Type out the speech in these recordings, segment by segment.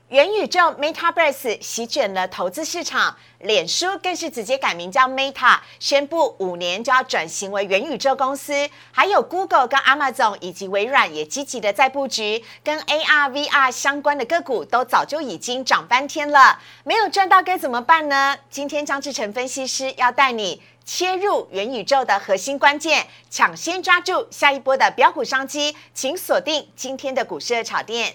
元宇宙 Metaverse 席卷了投资市场，脸书更是直接改名叫 Meta， 宣布5年就要转型为元宇宙公司。还有 Google 跟 Amazon 以及微软也积极的在布局，跟 AR、VR 相关的个股都早就已经涨翻天了。没有赚到该怎么办呢？今天张志成分析师要带你切入元宇宙的核心关键，抢先抓住下一波的标股商机，请锁定今天的股市热炒店。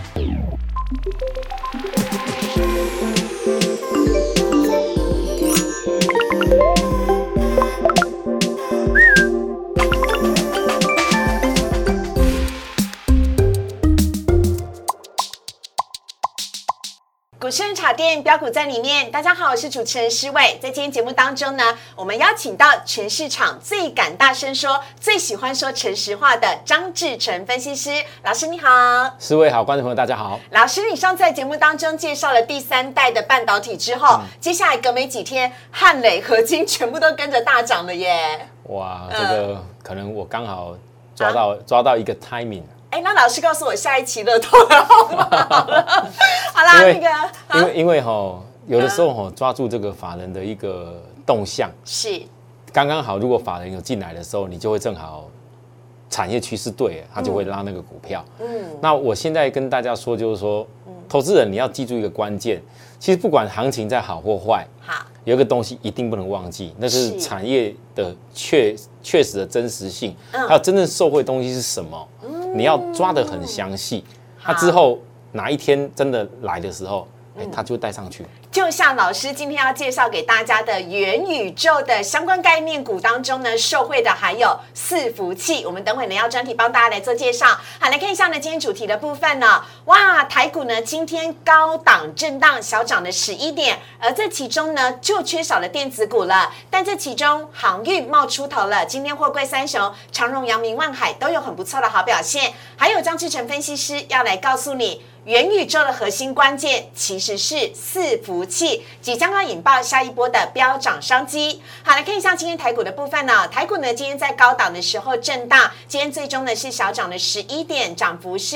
股市热炒店标股在里面，大家好，我是主持人施伟。在今天节目当中呢，我们邀请到全市场最敢大声说、最喜欢说诚实话的张志成分析师老师，你好。 施伟好，观众朋友大家好。 老师，你上次在节目当中介绍了第3代的半导体之后，接下来隔没几天，汉磊、合金全部都跟着大涨了耶。 哇，这个可能我刚好抓到一个 timing。 那老师告诉我下一期乐透的号码好了。好啦， 因为有的时候抓住这个法人的一个动向， 是刚刚好。如果法人有进来的时候，你就会正好产业趋势对，他就会拉那个股票。那我现在跟大家说，就是说，投资人你要记住一个关键，其实不管行情再好或坏，有一个东西一定不能忘记，那是产业的确实的真实性，还有真正受惠的东西是什么。你要抓得很详细，它之后哪一天真的来的时候，它就会带上去。 就像老师今天要介绍给大家的元宇宙的相关概念股当中呢，受惠的还有伺服器。我们等会呢要专题帮大家来做介绍。好，来看一下呢今天主题的部分呢。哇，台股呢今天高档震荡，小涨了11点，而这其中呢就缺少了电子股了。但这其中航运冒出头了，今天货柜三雄长荣、阳明、万海都有很不错的好表现。还有张志成分析师要来告诉你，元宇宙的核心关键其实是伺服器，即将要引爆下一波的飙涨商机。好，来看一下今天台股的部分呢。台股呢今天在高档的时候震荡，今天最终呢是小涨了11点，涨幅是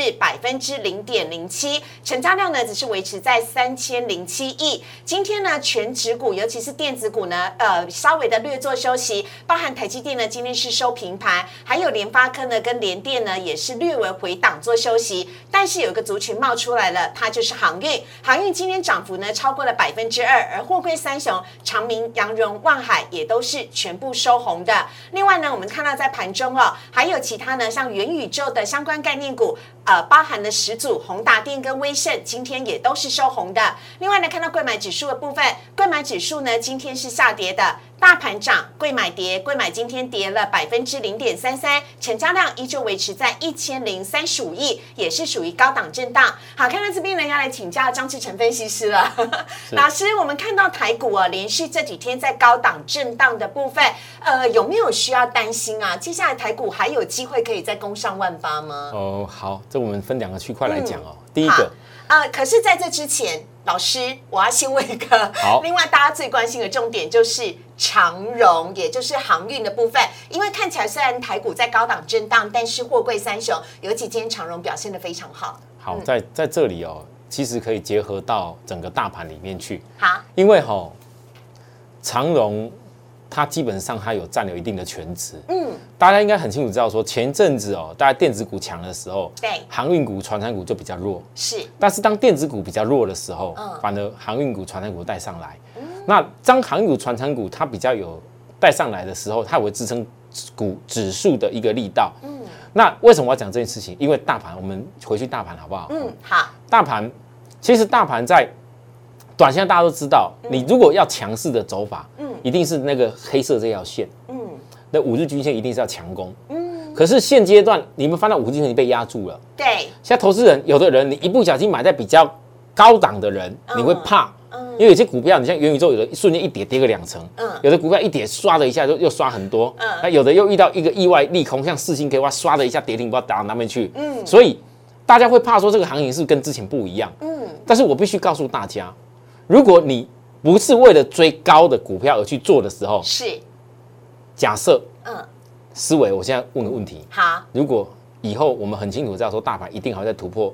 0.07%，成交量呢只是维持在3007亿。今天呢全指股尤其是电子股呢稍微的略作休息，包含台积电呢今天是收平盘，还有联发科呢跟联电呢也是略微回档做休息，但是有一个族群冒出来了，它就是航运。航运今天涨幅呢超过了2%，而货柜三雄长明、阳荣、万海也都是全部收红的。另外呢，我们看到在盘中还有其他呢像元宇宙的相关概念股，包含了10组，宏达电跟威盛今天也都是收红的。另外呢，看到柜买指数的部分，柜买指数呢今天是下跌的。大盘涨，柜买跌，柜买今天跌了0.33%，成交量依旧维持在1035亿，也是属于高档震荡。好，看到这边呢，要来请教张志成分析师了。老师，我们看到台股连续这几天在高档震荡的部分，有没有需要担心啊？接下来台股还有机会可以再攻上万八吗？ 好，这我们分2个区块来讲第一个， 可是在这之前，老师，我要先问一个，另外大家最关心的重点就是长荣，也就是航运的部分，因为看起来虽然台股在高档震荡，但是货柜三雄，尤其今天长荣表现得非常好。 好，在这里其实可以结合到整个大盘里面去。 好， 因为长荣它基本上它有占有一定的权值。大家应该很清楚知道说，前阵子大家电子股强的时候， 对， 航运股、传产股就比较弱。 是， 但是当电子股比较弱的时候，反而航运股、传产股带上来。那当航运股、传产股它比较有带上来的时候，它也会支撑股指数的一个力道。那为什么我要讲这件事情？因为大盘，我们回去大盘好不好？ 好。 大盘其实大盘在短线大家都知道，你如果要强势的走法，一定是那个黑色这条线，那5日均线一定是要强攻。可是现阶段你们翻到5日均线被压住了。 对。 现在投资人有的人，你一不小心买在比较高档的人，你会怕。因为有些股票，你像元宇宙，有的一瞬间一跌跌个2成，有的股票一跌刷的一下又刷很多，那有的又遇到一个意外利空，像世芯 K 哇刷的一下跌停，不知道打到哪边去，所以大家会怕说这个行情是不是跟之前不一样，但是我必须告诉大家，如果你不是为了追高的股票而去做的时候， 是假设，思维，我现在问个问题， 好， 如果以后我们很清楚知道说，大盘一定还会再突破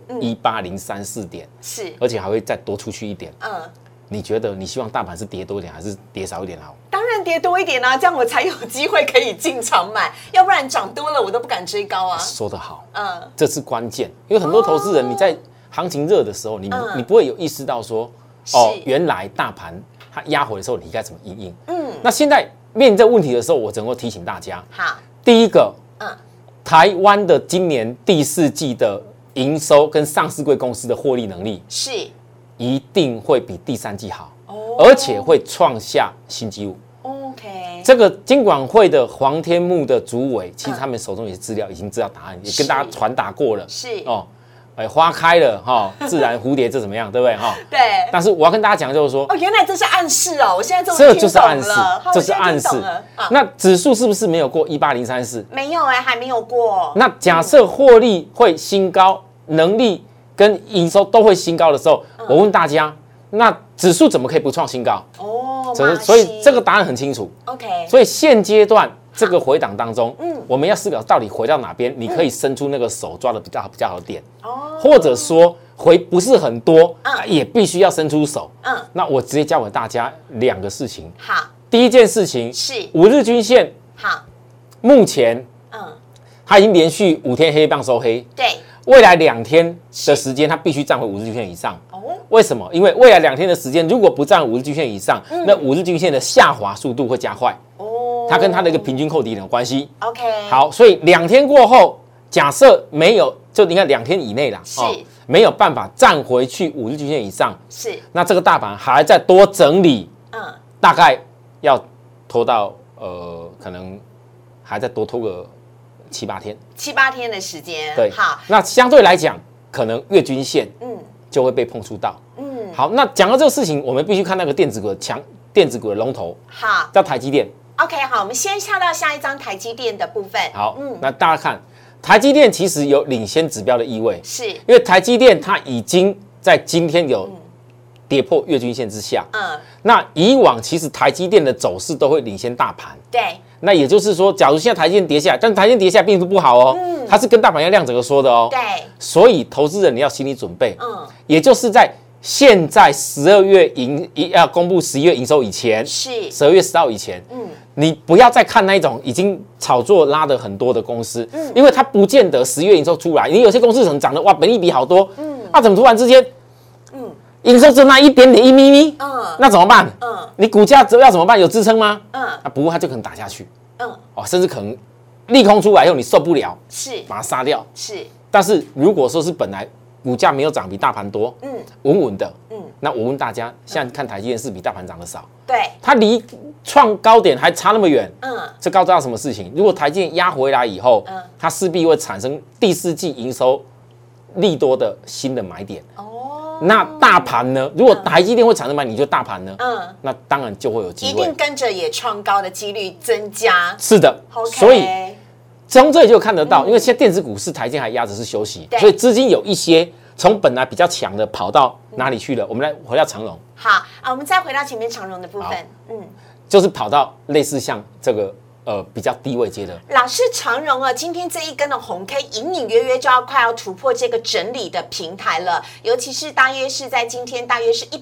18034点， 是， 而且还会再多出去一点。你觉得你希望大盘是跌多一点还是跌少一点好？ 当然跌多一点啊，这样我才有机会可以进场买，要不然涨多了我都不敢追高啊。 说得好，这是关键，因为很多投资人你在行情热的时候，你不会有意识到说，原来大盘它压回的时候，你该怎么因应。那现在面临这问题的时候，我只能够提醒大家， 好， 第一个，台湾的今年第4季的营收跟上市柜公司的获利能力是一定会比第3季好，而且会创下新纪录。 OK， 这个金管会的黄天木的主委，其实他们手中有些资料已经知道答案，也跟大家传达过了。 是哦，花开了哈，自然蝴蝶这怎么样，对不对哈？ 对。 但是我要跟大家讲就是说， 原来这是暗示哦，我现在这就是暗示， 这是暗示。 那指数是不是没有过18034？ 没有还没有过。 那假设获利会新高，能力跟营收都会新高的时候，我问大家，那指数怎么可以不创新高？所以这个答案很清楚。 OK， 所以现阶段这个回档当中，我们要思考到底回到哪边，你可以伸出那个手抓的比较好的点，或者说回不是很多，也必须要伸出手。那我直接教给大家2个事情。 好， 第一件事情是5日均线， 好， 目前它已经连续5天黑棒收黑， 对， 未来2天的时间它必须站回5日均线以上。为什么？因为未来2天的时间如果不站5日均线以上，那5日均线的下滑速度会加快。它跟它的一个平均扣底有关系。 OK， 好，所以2天过后，假设没有，就你看2天以内啦，没有办法站回去5日均线以上， 是， 那这个大盘还在多整理，大概要拖到可能还再多拖个7、8天 ，7、8天的时间。 对， 好， 那相对来讲，可能月均线就会被碰触到。好，那讲到这个事情，我们必须看那个电子股的龙头， 好， 叫台积电。 OK， 好，我们先下到下一张台积电的部分。 好，那大家看台积电其实有领先指标的意味， 是因为台积电它已经在今天有跌破月均线之下。那以往其实台积电的走势都会领先大盘。 对。 那也就是说，假如现在台积电跌下来，但是台积电跌下来并不好哦，它是跟大盘一样量整个说的哦。 对。 所以投资人你要心理准备。也就是在现在12月要公布11月营收以前，是12月10号以前，你不要再看那一种已经炒作拉的很多的公司，因为它不见得10月营收出来，你有些公司可能涨得哇，本益比好多，怎么突然之间，营收只那一点点1咪咪，那怎么办？你股价要怎么办？有支撑吗？不过它就可能打下去，甚至可能利空出来以后你受不了，是把它杀掉，是。但是如果说是本来股价没有涨比大盘多，稳稳的，那我问大家，现在看台积电是比大盘涨得少，对，它离创高点还差那么远，这告诉大家什么事情？如果台积电压回来以后，它势必会产生第4季营收利多的新的买点。那大盘呢？如果台积电会产生买，你就大盘呢？那当然就会有机会， 一定跟着也创高的几率增加。 是的，所以从这里就看得到，因为现在电子股是台积电还压着是休息，所以资金有一些从本来比较强的跑到哪里去了？我们来回到长荣。 好我们再回到前面长荣的部分， 就是跑到类似像这个比较低位阶的。 老师，长荣今天这一根的红 K 隐隐约约就要快要突破这个整理的平台了，尤其是大约是在今天大约是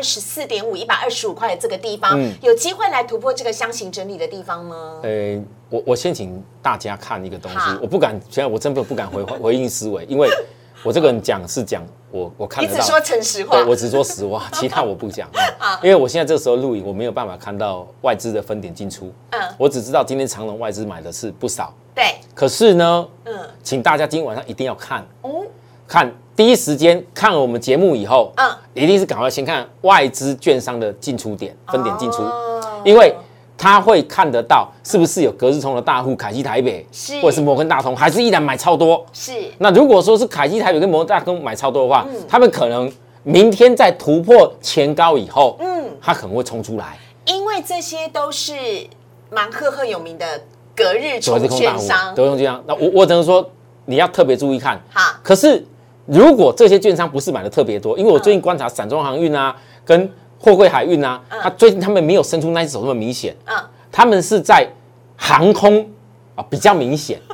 124.5、125块的这个地方，有机会来突破这个箱型整理的地方吗？ 我先请大家看一个东西，我不敢，现在我真的不敢回应思维，因为我这个人讲我看得到， 你只说诚实话， 对，我只说实话，其他我不讲。因为我现在这时候录影，我没有办法看到外资的分点进出，我只知道今天长荣外资买的是不少，对。可是呢，请大家今天晚上一定要看，看第一时间看了我们节目以后，一定是赶快先看外资券商的进出点分点进出，因为他会看得到是不是有隔日冲的大户凯基台北，或者是摩根大通，还是依然买超多。是。那如果说是凯基台北跟摩根大通买超多的话，他们可能明天在突破前高以后，他可能会冲出来。 因为这些都是蛮赫赫有名的隔日冲券商， 隔日冲券商。那我只能说你要特别注意看。好。可是如果这些券商不是买的特别多，因为我最近观察散装航运啊跟货柜海运啊，最近他们没有伸出那只手那么明显，他们是在航空比较明显，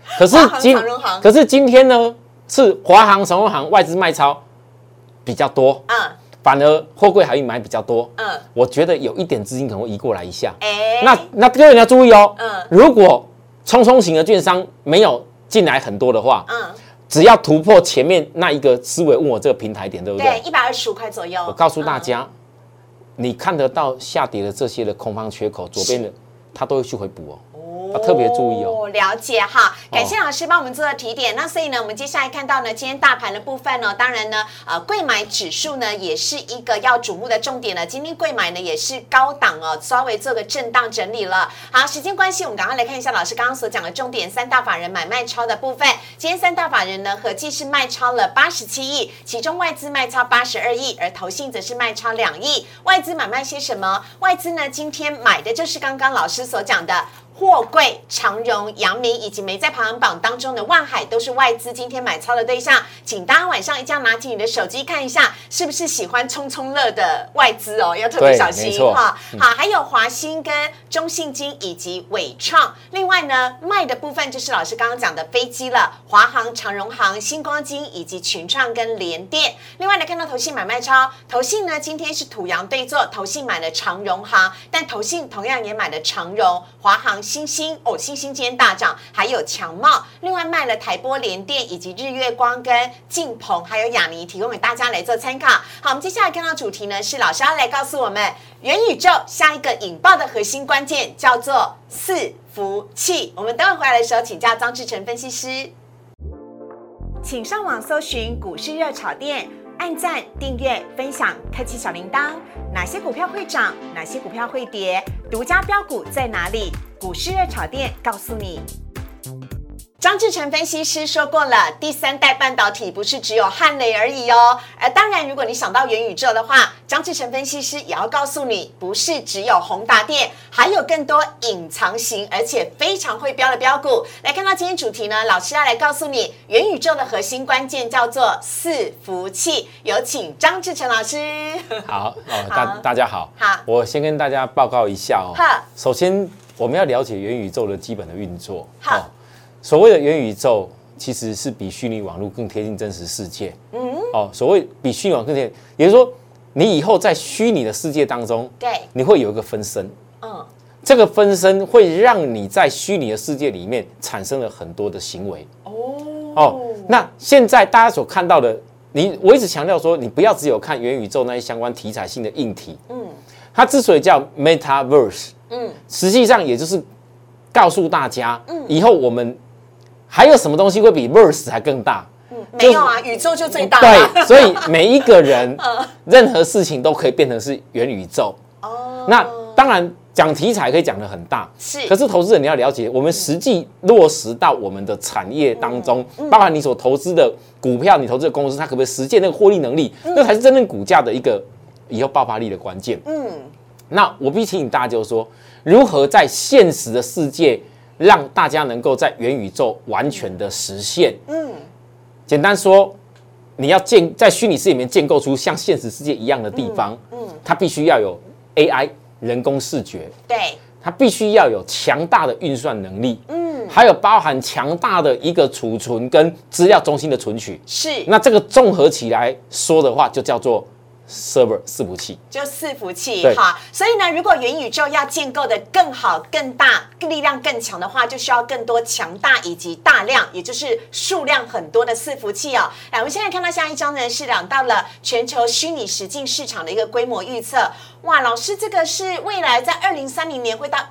可是今天呢，是华航、长荣航外资卖超比较多，反而货柜海运买比较多，我觉得有一点资金可能会移过来一下，那各位你要注意哦，如果冲型的券商没有进来很多的话，只要突破前面那一个思维问我这个平台点，对不对？ 对，125块左右。 我告诉大家，你看得到下跌的这些的空方缺口，左边的它都会去回补哦。要特别注意哦。 了解哈，感谢老师帮我们做的提点。那所以呢，我们接下来看到呢，今天大盘的部分呢，当然呢，柜买指数呢也是一个要瞩目的重点了。今天柜买呢也是高档哦，稍微做个震荡整理了。好，时间关系，我们赶快来看一下老师刚刚所讲的重点，三大法人买卖超的部分。今天三大法人呢合计是卖超了87亿，其中外资卖超82亿，而投信则是卖超2亿。外资买卖些什么？外资呢今天买的就是刚刚老师所讲的。货柜、长荣、阳明以及没在排行榜当中的万海都是外资今天买超的对象，请大家晚上一定要拿起你的手机看一下，是不是喜欢冲冲乐的外资哦，要特别小心哈。好，还有华兴跟中信金以及伟创，另外呢卖的部分就是老师刚刚讲的飞机了，华航、长荣航、星光金以及群创跟联电。另外呢看到投信买卖超，投信呢今天是土洋对坐，投信买了长荣航，但投信同样也买了长荣、华航。星星今天大涨，还有强茂，另外卖了台波联电以及日月光跟晋鹏，还有亚尼，提供给大家来做参考。好，我们接下来看到主题呢，是老师要来告诉我们元宇宙下一个引爆的核心关键叫做伺服器。我们等会回来的时候，请教张志成分析师，请上网搜寻股市热炒店。按赞、订阅、分享，开启小铃铛。哪些股票会涨？哪些股票会跌？独家标股在哪里？股市热炒店告诉你。张志成分析师说过了，第三代半导体不是只有汉磊而已哦。当然，如果你想到元宇宙的话，张志成分析师也要告诉你，不是只有宏达电，还有更多隐藏型而且非常会标的标股。来看到今天主题呢，老师要来告诉你，元宇宙的核心关键叫做伺服器。有请张志成老师。 好，大家好。好，我先跟大家报告一下哦。好，首先我们要了解元宇宙的基本的运作。好。所谓的元宇宙，其实是比虚拟网络更贴近真实世界。所谓比虚拟网络更贴近，也就是说，你以后在虚拟的世界当中，对，你会有一个分身。这个分身会让你在虚拟的世界里面产生了很多的行为。那现在大家所看到的，我一直强调说，你不要只有看元宇宙那些相关题材性的硬体。它之所以叫 Metaverse，实际上也就是告诉大家，以后我们还有什么东西会比 verse 还更大？ 没有啊，宇宙就最大。 对，所以每一个人，任何事情都可以变成是元宇宙。那当然讲题材可以讲得很大，可是投资人你要了解，我们实际落实到我们的产业当中，包含你所投资的股票，你投资的公司，它可不可以实现那个获利能力？那才是真正股价的一个以后爆发力的关键。那我必须提醒大家就是说，如何在现实的世界让大家能够在元宇宙完全的实现。简单说，你要在虚拟世界里面建构出像现实世界一样的地方，它必须要有 AI 人工视觉，对，它必须要有强大的运算能力，还有包含强大的一个储存跟资料中心的存取。是，那这个综合起来说的话，就叫做server 伺服器， 就伺服器。好，所以呢，如果元宇宙要建构的更好、更大、力量更强的话，就需要更多强大以及大量，也就是数量很多的伺服器哦。来，我们现在看到下一张呢，是讲到了全球虚拟实境市场的一个规模预测。哇，老师，这个是未来在2030年会到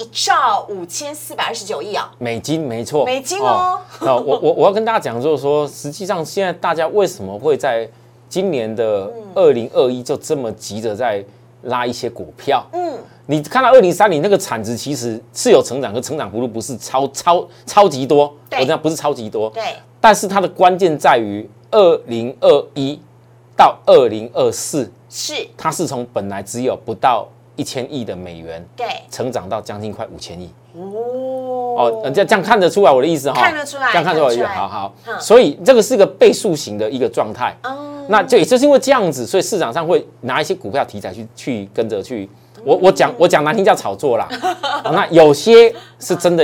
1.5429亿啊， 美金，没错， 美金哦。 我要跟大家讲，就是说，实际上现在大家为什么会在今年的2021就这么急着在拉一些股票？你看到2030那个产值其实是有成长，可成长幅度不是超级多，我讲不是超级多，对。但是它的关键在于2021到2024，它是从本来只有不到1000亿的美元，对，成长到将近快5000亿。这样看得出来我的意思哈？ 看得出来， 这样看得出来，好。所以这个是一个倍数型的一个状态。那也就是因为这样子，所以市场上会拿一些股票题材去跟着去。我讲难听叫炒作啦。那有些是真的有，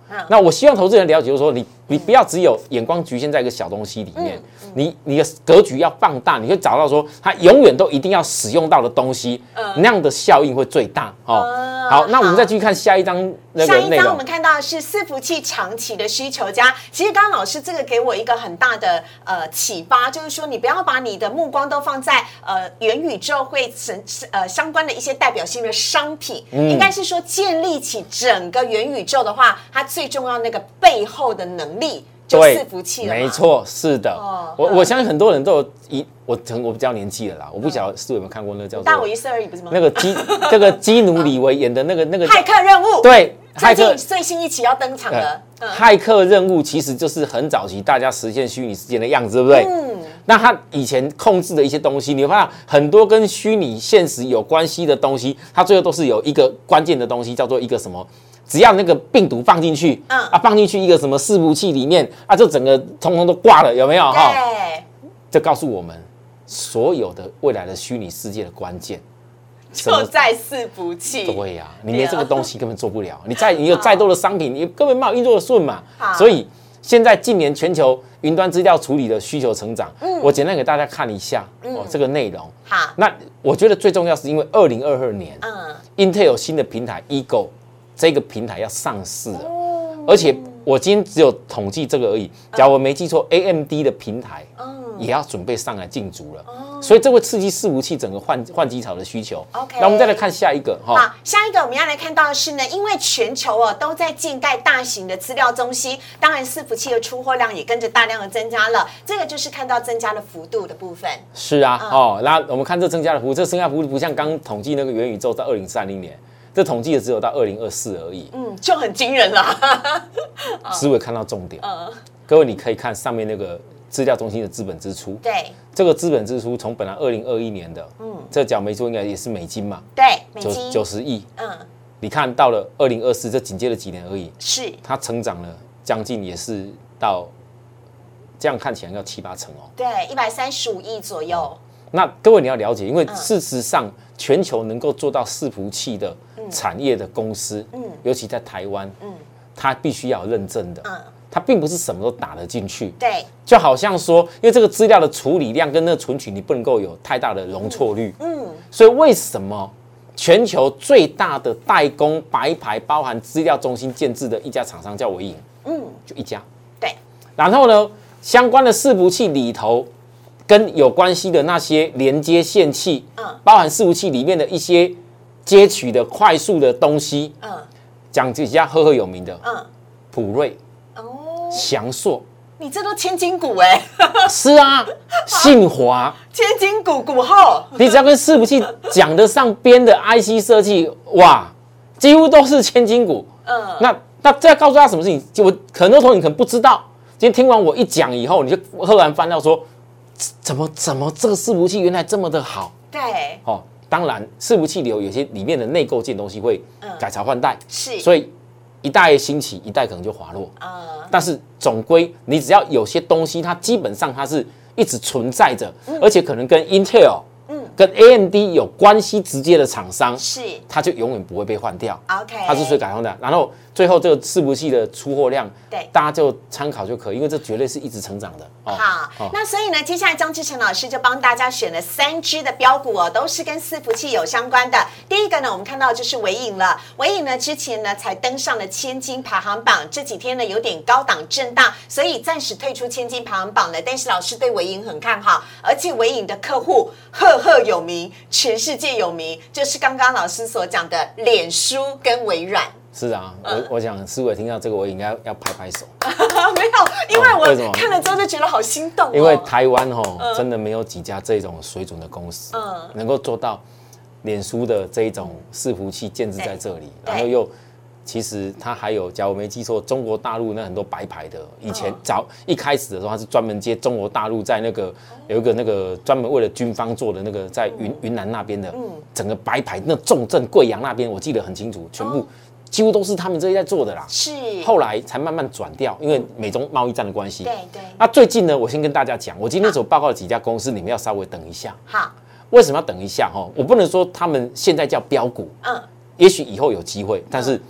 那我希望投资人了解，就是说你不要只有眼光局限在一个小东西里面，你的格局要放大，你会找到说它永远都一定要使用到的东西，那样的效应会最大哦。好，那我们再继续看下一张那个内容。 下一张我们看到的是伺服器长期的需求家。其实刚刚老师这个给我一个很大的启发，就是说你不要把你的目光都放在元宇宙会相关的一些代表性的商品，应该是说建立起整个元宇宙的话，它最重要那个背后的能力。就伺服器了， 没错，是的。我相信很多人都有我比较年纪了啦，我不晓得是有没有看过那个叫做大我1岁而已，不是吗？ 那个这个基努里维演的那个骇客任务， 对， 最近最新一期要登场了。 骇客任务其实就是很早期大家实现虚拟世界的样子，对不对？那他以前控制的一些东西，你会发现很多跟虚拟现实有关系的东西，它最后都是有一个关键的东西，叫做一个什么？只要那个病毒放进去，放进去一个什么伺服器里面啊，就整个通通都挂了，有没有？ 对， 这告诉我们所有的未来的虚拟世界的关键就在伺服器。 对呀，你连这个东西根本做不了，你有再多的商品，你根本没有运作的顺嘛。所以现在近年全球云端资料处理的需求成长，我简单给大家看一下这个内容。 好， 那我觉得最重要是因为2022年，Intel 新的平台 Eagle。这个平台要上市了，而且我今天只有统计这个而已。假如我没记错 ，AMD 的平台也要准备上来竞逐了，所以这会刺激伺服器整个换机潮的需求。那我们再来看下一个好，下一个我们要来看到的是呢，因为全球都在建盖大型的资料中心，当然伺服器的出货量也跟着大量的增加了，这个就是看到增加的幅度的部分。 是啊，那我们看这增加的幅度，这增加幅度不像刚统计那个元宇宙到2030年。这统计的只有到2024而已， 就很惊人了。 思维看到重点，各位你可以看上面那个资料中心的资本支出， 对， 这个资本支出从本来2021年的，这讲没错，应该也是美金嘛， 对，美金 90亿，你看到了2024，这紧接着几年而已， 是它成长了将近也是到，这样看起来要7、8成哦， 对，135亿左右。 那各位你要了解，因为事实上全球能够做到伺服器的产业的公司，尤其在台湾，它必须要有认证的，它并不是什么都打得进去， 对， 就好像说，因为这个资料的处理量跟那个存取，你不能够有太大的容错率，所以为什么全球最大的代工白牌包含资料中心建制的一家厂商叫微影，就一家， 对， 然后呢，相关的伺服器里头。跟有关系的那些连接线器，包含伺服器里面的一些接取的快速的东西，讲几家赫赫有名的，普瑞、祥硕， 你这都千金股哎， 是啊，信华， 千金股股后， 你只要跟伺服器讲得上边的 IC 设计，哇，几乎都是千金股，那这要告诉他什么事情？我很多同学可能不知道，今天听完我一讲以后，你就赫然翻到说。怎么这个伺服器原来这么的好？ 对， 当然伺服器有些里面的内构件东西会改朝换代， 是， 所以一代兴起，一代可能就滑落，但是总归你只要有些东西，它基本上它是一直存在着，而且可能跟 Intel。跟 AMD 有关系直接的厂商， 是， 它就永远不会被换掉。 OK， 它是随改换的。然后最后这个伺服器的出货量， 对， 大家就参考就可以，因为这绝对是一直成长的。 好，那所以呢，接下来张志成老师就帮大家选了3只的标股都是跟伺服器有相关的。第一个呢，我们看到就是微影了。微影呢，之前呢才登上了千金排行榜，这几天呢有点高档震荡，所以暂时退出千金排行榜了。但是老师对微影很看好，而且微影的客户赫赫有名，全世界有名，就是刚刚老师所讲的脸书跟微软。 是啊，我想思维听到这个，我应该要拍拍手。 没有，因为我看了之后就觉得好心动。 因为台湾真的没有几家这种水准的公司，能够做到脸书的这一种伺服器建制在这里，然后又其实它还有，假如我没记错，中国大陆那很多白牌的，以前一开始的时候，它是专门接中国大陆在那个有一个那个专门为了军方做的那个在云南那边的，整个白牌那重镇贵阳那边，我记得很清楚，全部。几乎都是他们这一代做的啦， 是后来才慢慢转掉，因为美中贸易战的关系。 对。 那最近呢，我先跟大家讲，我今天所报告的几家公司，你们要稍微等一下。 好， 为什么要等一下？我不能说他们现在叫标股，也许以后有机会，但是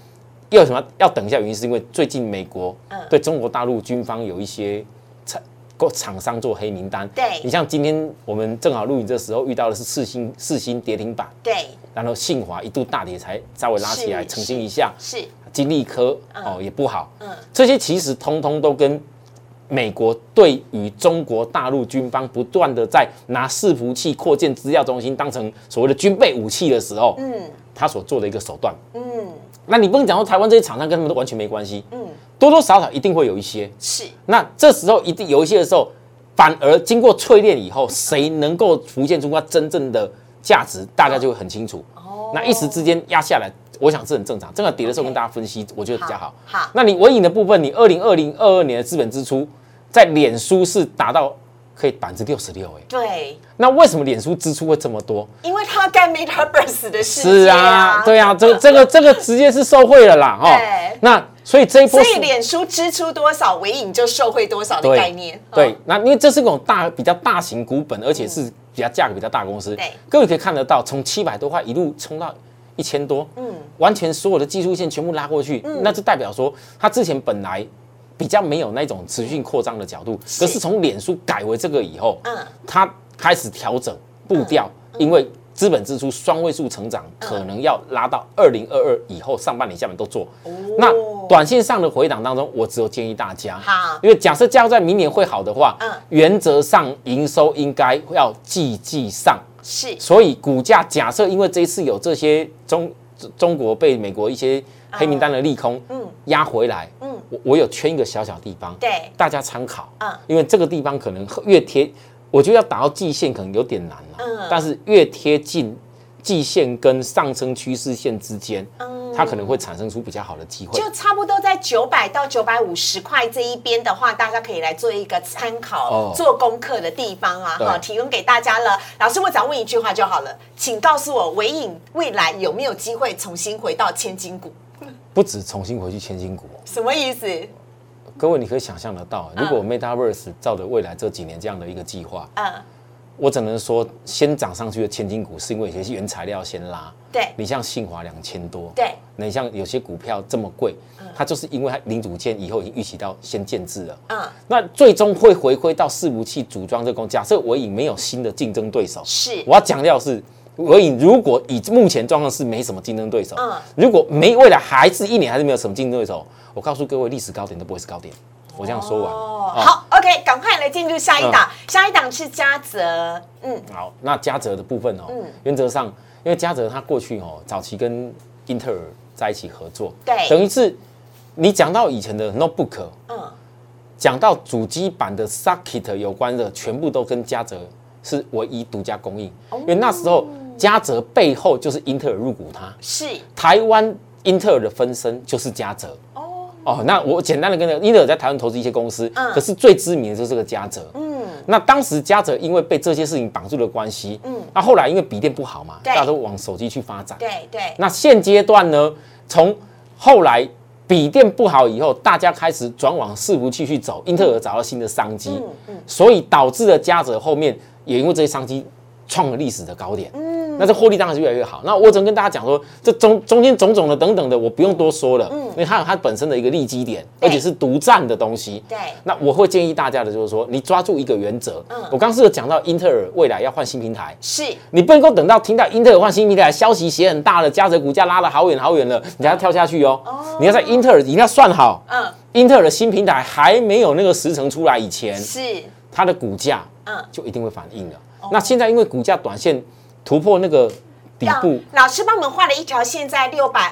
又有什么要等一下？原因是因为最近美国对中国大陆军方有一些厂商做黑名单。 对， 你像今天我们正好录影这时候遇到的是世芯跌停板， 对， 然后信华一度大跌才稍微拉起来澄清一下， 是金利科也不好，这些其实通通都跟美国对于中国大陆军方不断的在拿伺服器扩建资料中心当成所谓的军备武器的时候，他所做的一个手段，那你不能讲说台湾这些厂商跟他们都完全没关系，多多少少一定会有一些， 是， 那这时候一定有一些的时候，反而经过淬炼以后，谁能够浮现出它真正的价值，大家就会很清楚。那一时之间压下来，我想是很正常。正好跌的时候跟大家分析，我觉得比较好。 好， 那你微影的部分，你2022年的资本支出在脸书是达到可以66%， 对。 那为什么脸书支出会这么多？ 因为它要干 Metaverse 的世界啊。是啊，对啊，这个直接是受惠了啦， 对。 那所以这一波， 所以脸书支出多少，微影就受惠多少的概念。 对，那因为这是种比较大型股本，而且是比较价格比较大的公司。 对， 各位可以看得到，从700多块一路冲到1000多，完全所有的技术线全部拉过去，那就代表说它之前本来比较没有那种持续扩张的角度，可是从脸书改为这个以后，它开始调整步调，因为资本支出双位数成长，可能要拉到2022以后上半年、下半年都做。那短线上的回档当中，我只有建议大家，因为假设加在明年会好的话，原则上营收应该要季上。 是， 所以股价假设因为这一次有这些中国被美国一些黑名单的利空压回来，我有圈一个小小地方， 对， 大家参考，因为这个地方可能越贴。我觉得要打到季线可能有点难了，但是越贴近季线跟上升趋势线之间，它可能会产生出比较好的机会。 就差不多在900到950块这一边的话，大家可以来做一个参考、做功课的地方啊，哈，提供给大家了。老师，我只要问一句话就好了，请告诉我，微影未来有没有机会重新回到千金股？ 不止重新回去千金股， 什么意思？ 各位，你可以想象得到，如果 Metaverse 照着未来这几年这样的一个计划，我只能说，先涨上去的千金股是因为有些原材料先拉。 对， 你像信华2000多， 对， 你像有些股票这么贵，它就是因为它零组件以后已经预期到先建制了。那最终会回归到伺服器组装这个假设微影没有新的竞争对手， 是我要强调是。微影如果以目前状况是没什么竞争对手，如果未来还是1年还是没有什么竞争对手，我告诉各位，历史高点都不会是高点。我这样说完。 好 ，OK， 赶快来进入下一档，下一档是嘉泽。 好，那嘉泽的部分原则上，因为嘉泽它过去早期跟英特尔在一起合作， 对， 等于是你讲到以前的 notebook，讲到主机板的 socket 有关的，全部都跟嘉泽是唯一独家供应，因为那时候。嘉泽背后就是英特尔入股它， 是台湾英特尔的分身就是嘉泽。那我简单的跟英特尔在台湾投资一些公司，可是最知名的就是这个嘉泽。那当时嘉泽因为被这些事情绑住的关系，那后来因为笔电不好嘛，大家都往手机去发展。 对。 那现阶段呢，从后来笔电不好以后，大家开始转往伺服器去走，英特尔找到新的商机，所以导致了嘉泽后面也因为这些商机创了历史的高点。那这获利当然是越来越好。那我只能跟大家讲说，这中间种种的等等的，我不用多说了，因为它有它本身的一个利基点，而且是独占的东西。 对。 那我会建议大家的就是说，你抓住一个原则。我刚是有讲到英特尔未来要换新平台， 是你不能够等到听到英特尔换新平台消息写很大了，嘉泽股价拉了好远好远了，你才要跳下去哦。你要在英特尔一定要算好，英特尔的新平台还没有那个时程出来以前， 是它的股价就一定会反应了。那现在因为股价短线突破那个底部， 老师帮我们画了一条线在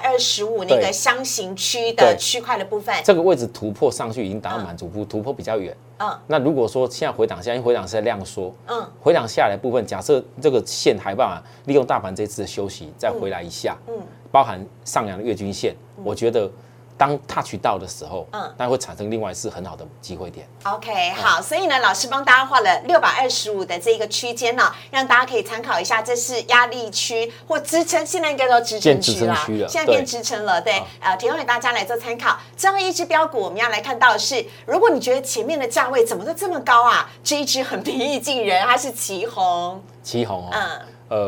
625那个箱型区的区块的部分， 这个位置突破上去已经达到满足部，突破比较远。那如果说现在回档下，因为回档是在量缩，回档下来的部分，假设这个线还办法利用大盘这次的休息再回来一下，包含上扬的月均线，我觉得。当 touch 到的时候，那会产生另外是很好的机会点。 OK， 好，所以呢，老师帮大家画了625的这个区间呢，让大家可以参考一下，这是压力区或支撑，现在应该都支撑区了，现在变支撑了，对，提供给大家来做参考。最后一只标股，我们要来看到的是，如果你觉得前面的价位怎么都这么高啊，这一只很平易近人，它是旗宏。 旗宏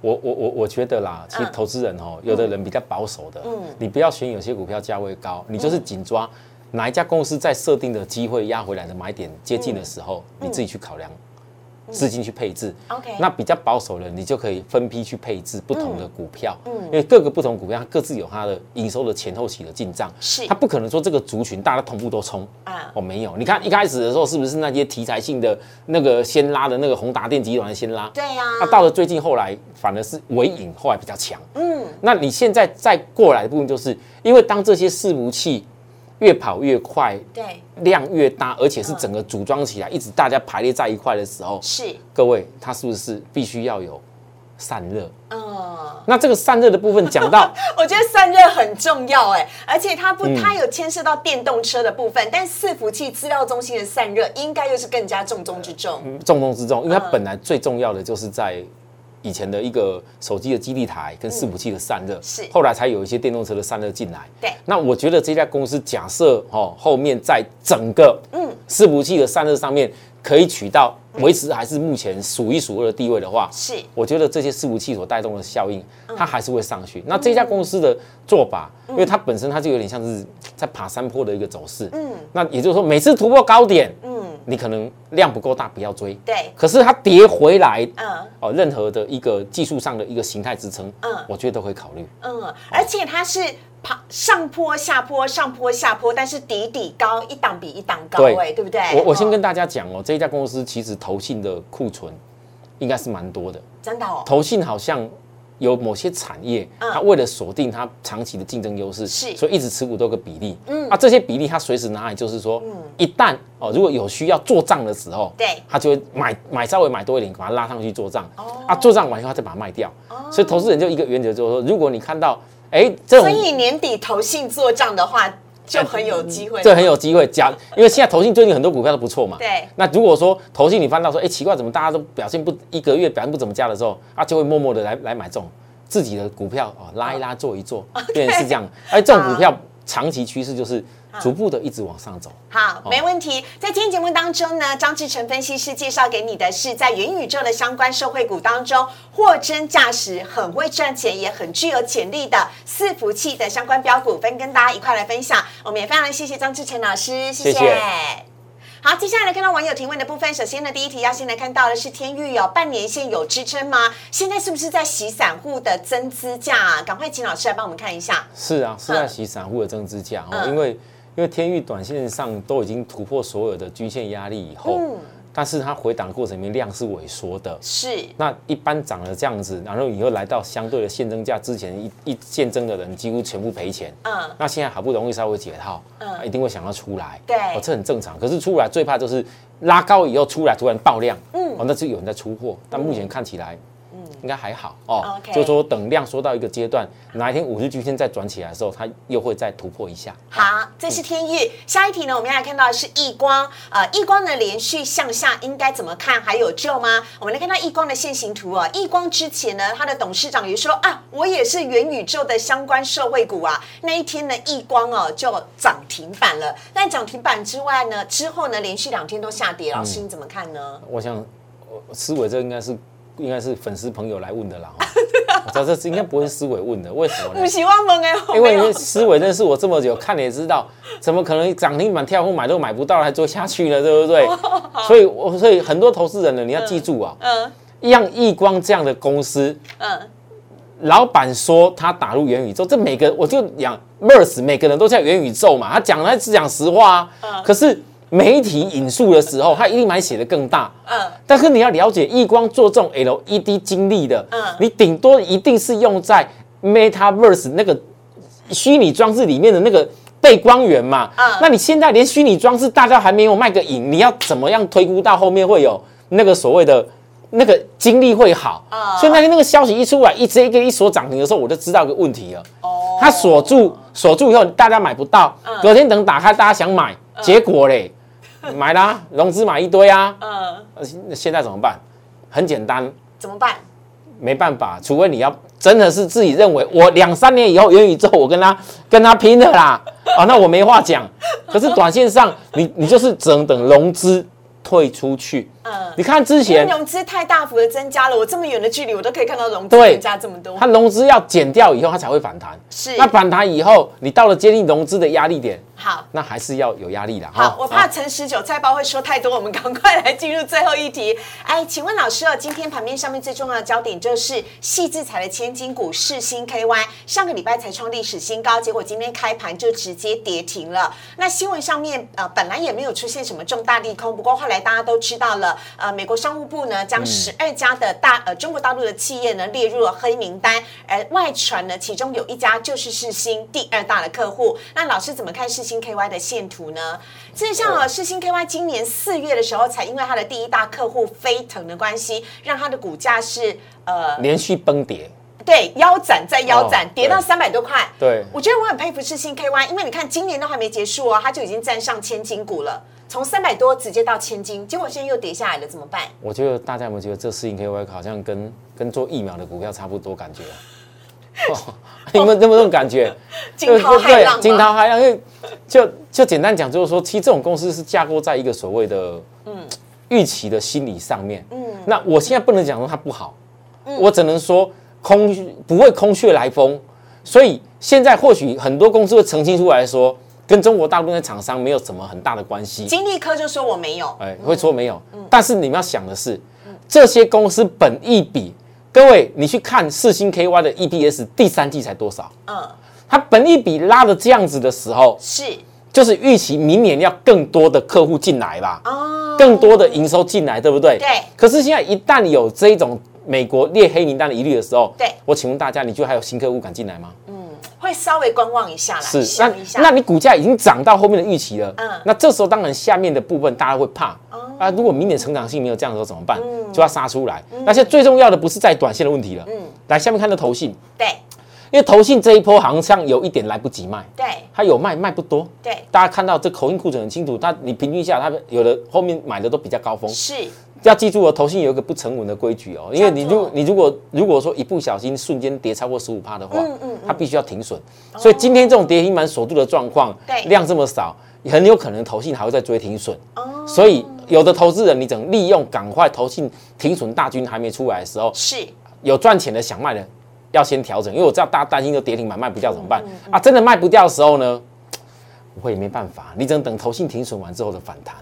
我觉得啦，其实投资人有的人比较保守的，你不要选有些股票价位高，你就是紧抓哪一家公司在设定的机会压回来的买点接近的时候，你自己去考量资金去配置。 OK， 那比较保守的，你就可以分批去配置不同的股票，因为各个不同股票它各自有它的营收的前后期的进账， 是它不可能说这个族群大家同步都冲没有。你看一开始的时候是不是那些题材性的那个先拉的那个宏达电集团先拉？ 对呀， 那到了最近后来反而是微影后来比较强，那你现在再过来的部分就是因为当这些伺服器越跑越快， 对， 量越大，而且是整个组装起来，一直大家排列在一块的时候， 是各位，它是不是必须要有散热？那这个散热的部分讲到， 我觉得散热很重要而且它有牵涉到电动车的部分，但伺服器资料中心的散热应该又是更加重中之重， 重中之重，因为它本来最重要的就是在以前的一个手机的基地台跟伺服器的散热， 是后来才有一些电动车的散热进来。 对， 那我觉得这家公司假设后面在整个伺服器的散热上面可以取到维持还是目前数一数二的地位的话， 是我觉得这些伺服器所带动的效应，它还是会上去。那这家公司的做法，因为它本身它就有点像是在爬山坡的一个走势，那也就是说每次突破高点，你可能量不够大，不要追。 对， 可是它跌回来，任何的一个技术上的一个形态支撑，我觉得都会考虑。 而且它是上坡下坡，上坡下坡，但是底高，一档比一档高，对不对？ 我先跟大家讲这一家公司其实投信的库存应该是蛮多的， 真的投信好像有某些产业，它为了锁定它长期的竞争优势，所以一直持股都有个比例。这些比例它随时拿来，就是说，一旦如果有需要做账的时候， 对， 它就会买稍微买多一点，把它拉上去做账。做账完以后，它再把它卖掉。所以投资人就一个原则，就是说，如果你看到所以年底投信做账的话，就很有机会。 这很有机会，因为现在投信最近很多股票都不错嘛。 对。 那如果说投信你翻到说，奇怪，怎么大家都表现一个月表现不怎么佳的时候，就会默默的来买这种自己的股票拉一拉做一做，变成是这样。这种股票长期趋势就是逐步的一直往上走。 好，没问题。在今天节目当中呢，张志成分析师介绍给你的是在元宇宙的相关受惠股当中，货真价实、很会赚钱，也很具有潜力的伺服器的相关标股，跟大家一块来分享。我们也非常谢谢张志成老师，谢谢。好，接下来看到网友提问的部分。首先呢，第一题要先来看到的是天钰半年线有支撑吗？现在是不是在洗散户的增资价？赶快请老师来帮我们看一下。 是啊，是在洗散户的增资价因为天钰短线上都已经突破所有的均线压力以后，但是它回档的过程里面量是萎缩的， 是。 那一般涨了这样子，然后以后来到相对的现增价之前一现增的人几乎全部赔钱，那现在好不容易稍微解套，一定会想要出来， 对， 这很正常。可是出来最怕就是拉高以后出来突然爆量，那就有人在出货，但目前看起来。应该还好就是说等量缩到一个阶段，哪一天50均线再转起来的时候，它又会再突破一下。 好，这是天钰。下一题呢，我们要来看到的是亿光。亿光呢连续向下，应该怎么看？还有救吗？我们来看到亿光的线形图亿光之前呢，他的董事长也说我也是元宇宙的相关受惠股那一天呢，亿光就涨停板了。但涨停板之外呢，之后呢，连续2天都下跌。老师你怎么看呢？ 我想，思维这应该是粉丝朋友来问的啦。我知道这应该不会是思维问的，为什么呢？ 不喜欢问因为思维认识我这么久，看了也知道，怎么可能涨停板跳空买都买不到，还做下去呢？对不对？所以很多投资人呢，你要记住像亿光这样的公司，老板说他打入元宇宙，这我就讲 MERS， 每个人都叫元宇宙嘛，他是讲实话可是。媒体引述的时候，他一定把你写得更大。但是你要了解，亿光做这种 LED 精力的，你顶多一定是用在 Metaverse 那个虚拟装置里面的那个背光源嘛。那你现在连虚拟装置大家还没有卖个影，你要怎么样推估到后面会有那个所谓的那个精力会好？所以那天那个消息一出来，一锁涨停的时候，我就知道个问题了。它锁住以后，大家买不到，隔天等打开，大家想买，结果嘞。买啦，融资买一堆现在怎么办？很简单， 怎么办？ 没办法，除非你要真的是自己认为我2、3年以后元宇宙我跟他拼了啦，那我没话讲。可是短线上你就是只能等融资退出去， 你看之因为前融资太大幅的增加了，我这么远的距离我都可以看到融资对增加这么多。 它融资要减掉以后，它才会反弹。 是那反弹以后，你到了接近融资的压力点， 好。 那还是要有压力的。 好，我怕陈19菜包会说太多，我们赶快来进入最后一题。哎，请问老师哦，今天盘面上面最重要的焦点就是矽智财的千金股世芯 KY， 上个礼拜才创历史新高，结果今天开盘就直接跌停了。那新闻上面本来也没有出现什么重大利空，不过后来大家都知道了，美国商务部呢将12家的中国大陆的企业呢列入了黑名单，而外传呢其中有一家就是世芯第2大的客户。那老师怎么看世芯 KY 的线图呢？事实上世芯 KY 今年4月的时候，才因为它的第1大客户飞腾的关系，让它的股价是连续崩跌。 对，腰斩再腰斩，跌到300多块。 对， 我觉得我很佩服世芯 KY， 因为你看今年都还没结束哦，它就已经站上千金股了，从300多直接到千金，结果现在又跌下来了，怎么办？ 我觉得大家有没有觉得这世芯 KY 好像跟做疫苗的股票差不多感觉？有没有这种感觉？ 惊涛骇浪， 惊涛骇浪。因为就简单讲，就是说，其实这种公司是架构在一个所谓的预期的心理上面。那我现在不能讲说它不好，我只能说不会空穴来风。所以现在或许很多公司会澄清出来说，跟中国大陆的厂商没有什么很大的关系。 金立科就说我没有， 会说没有。但是你们要想的是，这些公司本益比。各位，你去看世芯 KY 的 EPS 第3季才多少？它本益比拉的这样子的时候，就是预期明年要更多的客户进来吧，更多的营收进来，对不对？ 对。 可是现在一旦有这一种美国列黑名单的疑虑的时候， 对， 我请问大家，你觉得还有新客户敢进来吗？ 会稍微观望一下啦， 是， 想一下。 那你股价已经涨到后面的预期了，那这时候当然下面的部分大家会怕。如果明年成长性没有这样的时候怎么办？就要杀出来。那现在最重要的不是在短线的问题了。来下面看到投信， 对， 因为投信这一波好像有一点来不及卖， 对， 它有卖不多， 对， 大家看到这口径库存很清楚，你平均下它有的后面买的都比较高峰。 是， 要记住哦，投信有一个不成文的规矩哦，因为你如果说一不小心瞬间跌超过15%的话，它必须要停损。所以今天这种跌停板锁住的状况，量这么少。很有可能投信还会再追停损，所以有的投资人你只能利用赶快投信停损大军还没出来的时候，有赚钱的想卖的要先调整，因为我知道大家担心就跌停板卖不掉怎么办啊？真的卖不掉的时候呢，我也没办法，你只能等投信停损完之后的反弹。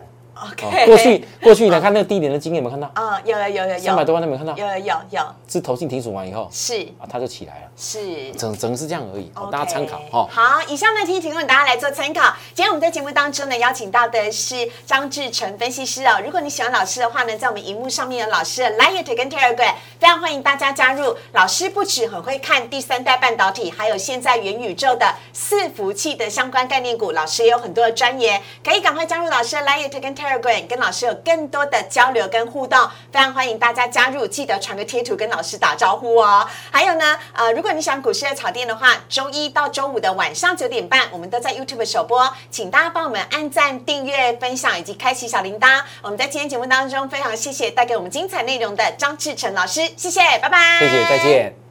OK， 过去你来看那个低点的经验有没有看到？ 有 300多万，有没有看到？ 有， 是投信停损完以后，它就起来了，整是这样而已，大家参考哦。 好，以上的提醒大家来做参考。今天我们在节目当中呢，邀请到的是张志成分析师哦。如果你喜欢老师的话呢，在我们荧幕上面有老师的 Line 跟 Telegram， 非常欢迎大家加入。老师不只很会看第3代半导体，还有现在元宇宙的伺服器的相关概念股，老师也有很多的专研，可以赶快加入老师的 Line 跟 Telegram。跟老师有更多的交流跟互动，非常欢迎大家加入，记得传个贴图跟老师打招呼哦。还有呢，如果你想股市的炒店的话，周1到周5的晚上9点半，我们都在 YouTube 首播，请大家帮我们按赞、订阅、分享以及开启小铃铛。我们在今天节目当中非常谢谢带给我们精彩内容的张志成老师，谢谢，拜拜， 谢谢，再见。